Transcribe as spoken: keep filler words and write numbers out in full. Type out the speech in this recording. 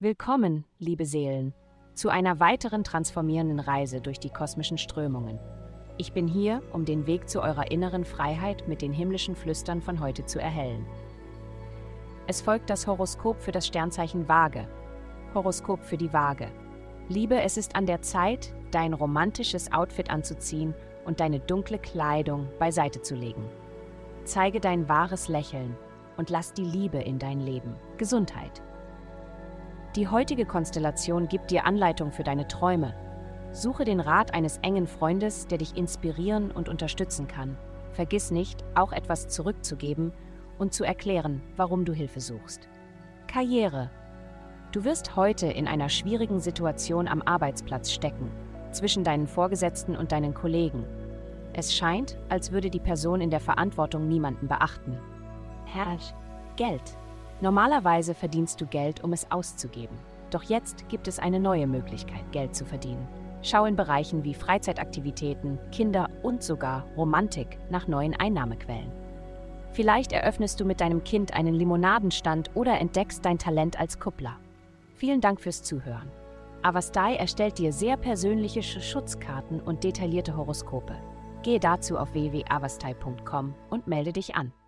Willkommen, liebe Seelen, zu einer weiteren transformierenden Reise durch die kosmischen Strömungen. Ich bin hier, um den Weg zu eurer inneren Freiheit mit den himmlischen Flüstern von heute zu erhellen. Es folgt das Horoskop für das Sternzeichen Waage. Horoskop für die Waage. Liebe, es ist an der Zeit, dein romantisches Outfit anzuziehen und deine dunkle Kleidung beiseite zu legen. Zeige dein wahres Lächeln und lass die Liebe in dein Leben. Gesundheit. Die heutige Konstellation gibt dir Anleitung für deine Träume. Suche den Rat eines engen Freundes, der dich inspirieren und unterstützen kann. Vergiss nicht, auch etwas zurückzugeben und zu erklären, warum du Hilfe suchst. Karriere. Du wirst heute in einer schwierigen Situation am Arbeitsplatz stecken, zwischen deinen Vorgesetzten und deinen Kollegen. Es scheint, als würde die Person in der Verantwortung niemanden beachten. Herrsch. Geld. Normalerweise verdienst du Geld, um es auszugeben. Doch jetzt gibt es eine neue Möglichkeit, Geld zu verdienen. Schau in Bereichen wie Freizeitaktivitäten, Kinder und sogar Romantik nach neuen Einnahmequellen. Vielleicht eröffnest du mit deinem Kind einen Limonadenstand oder entdeckst dein Talent als Kuppler. Vielen Dank fürs Zuhören. Avastai erstellt dir sehr persönliche Schutzkarten und detaillierte Horoskope. Gehe dazu auf w w w punkt avastai punkt com und melde dich an.